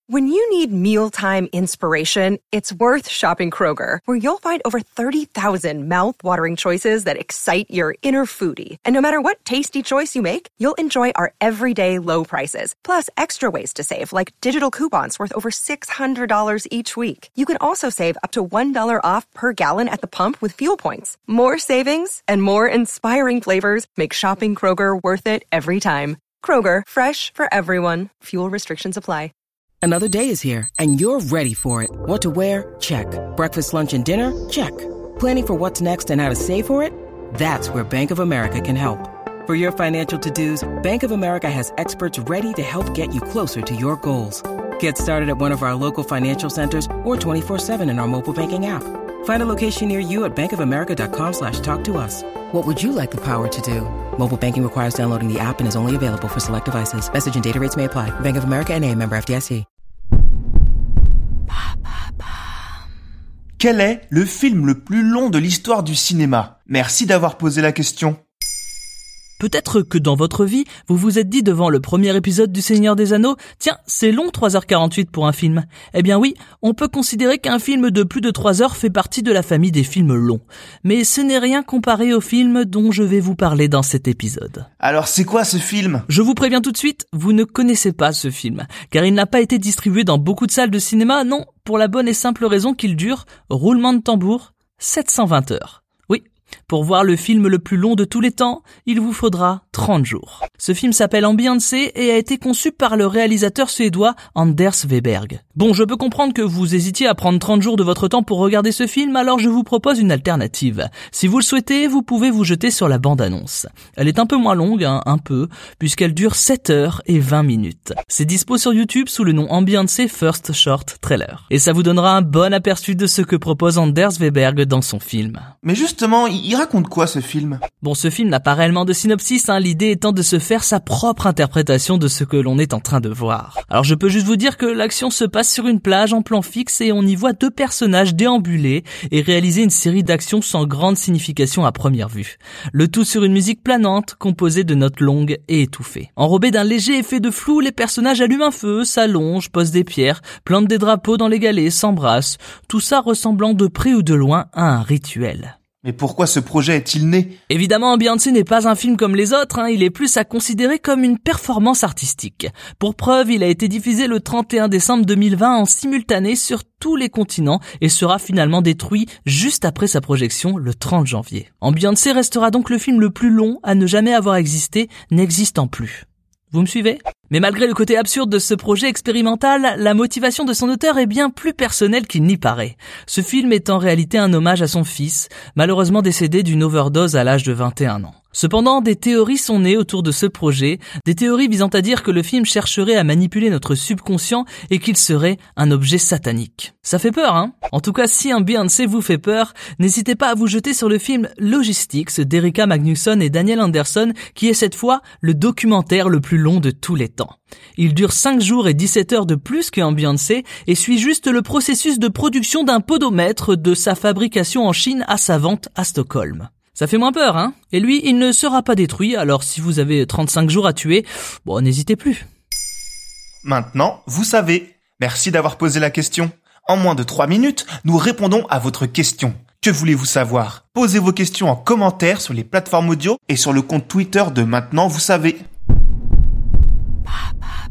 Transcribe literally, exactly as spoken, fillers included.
When you need mealtime inspiration, it's worth shopping Kroger, where you'll find over thirty thousand mouth-watering choices that excite your inner foodie. And no matter what tasty choice you make, you'll enjoy our everyday low prices, plus extra ways to save, like digital coupons worth over six hundred dollars each week. You can also save up to one dollar off per gallon at the pump with fuel points. More savings and more inspiring flavors make shopping Kroger worth it every time. Kroger, fresh for everyone. Fuel restrictions apply. Another day is here, and you're ready for it. What to wear? Check. Breakfast, lunch, and dinner? Check. Planning for what's next and how to save for it? That's where Bank of America can help. For your financial to-dos, Bank of America has experts ready to help get you closer to your goals. Get started at one of our local financial centers or twenty-four seven in our mobile banking app. Find a location near you at bankofamerica.com slash talk to us. What would you like the power to do? Mobile banking requires downloading the app and is only available for select devices. Message and data rates may apply. Bank of America N A, member F D I C. Quel est le film le plus long de l'histoire du cinéma? Merci d'avoir posé la question. Peut-être que dans votre vie, vous vous êtes dit devant le premier épisode du Seigneur des Anneaux, tiens, c'est long trois heures quarante-huit pour un film. Eh bien oui, on peut considérer qu'un film de plus de trois heures fait partie de la famille des films longs. Mais ce n'est rien comparé au film dont je vais vous parler dans cet épisode. Alors c'est quoi ce film? Je vous préviens tout de suite, vous ne connaissez pas ce film, car il n'a pas été distribué dans beaucoup de salles de cinéma, non, pour la bonne et simple raison qu'il dure, roulement de tambour, sept cent vingt heures. Pour voir le film le plus long de tous les temps, il vous faudra trente jours. Ce film s'appelle Ambiance et a été conçu par le réalisateur suédois Anders Weberg. Bon, je peux comprendre que vous hésitiez à prendre trente jours de votre temps pour regarder ce film, alors je vous propose une alternative. Si vous le souhaitez, vous pouvez vous jeter sur la bande-annonce. Elle est un peu moins longue, hein, un peu, puisqu'elle dure sept heures et vingt minutes. C'est dispo sur YouTube sous le nom Ambiance First Short Trailer. Et ça vous donnera un bon aperçu de ce que propose Anders Weberg dans son film. Mais justement, il raconte quoi ce film? Bon, ce film n'a pas réellement de synopsis, hein, l'idée étant de se faire sa propre interprétation de ce que l'on est en train de voir. Alors je peux juste vous dire que l'action se passe sur une plage en plan fixe et on y voit deux personnages déambuler et réaliser une série d'actions sans grande signification à première vue. Le tout sur une musique planante, composée de notes longues et étouffées. Enrobés d'un léger effet de flou, les personnages allument un feu, s'allongent, posent des pierres, plantent des drapeaux dans les galets, s'embrassent, tout ça ressemblant de près ou de loin à un rituel. Mais pourquoi ce projet est-il né? Évidemment, Ambiance n'est pas un film comme les autres, hein, il est plus à considérer comme une performance artistique. Pour preuve, il a été diffusé le trente et un décembre deux mille vingt en simultané sur tous les continents et sera finalement détruit juste après sa projection le trente janvier. Ambiance restera donc le film le plus long à ne jamais avoir existé, n'existant plus. Vous me suivez? Mais malgré le côté absurde de ce projet expérimental, la motivation de son auteur est bien plus personnelle qu'il n'y paraît. Ce film est en réalité un hommage à son fils, malheureusement décédé d'une overdose à l'âge de vingt et un ans. Cependant, des théories sont nées autour de ce projet, des théories visant à dire que le film chercherait à manipuler notre subconscient et qu'il serait un objet satanique. Ça fait peur, hein? En tout cas, si Ambiance vous fait peur, n'hésitez pas à vous jeter sur le film Logistics d'Erika Magnusson et Daniel Anderson, qui est cette fois le documentaire le plus long de tous les temps. Il dure cinq jours et dix-sept heures de plus que Ambiance et suit juste le processus de production d'un podomètre de sa fabrication en Chine à sa vente à Stockholm. Ça fait moins peur, hein? Et lui, il ne sera pas détruit, alors si vous avez trente-cinq jours à tuer, bon, n'hésitez plus. Maintenant, vous savez. Merci d'avoir posé la question. En moins de trois minutes, nous répondons à votre question. Que voulez-vous savoir? Posez vos questions en commentaire sur les plateformes audio et sur le compte Twitter de Maintenant, vous savez. Papa.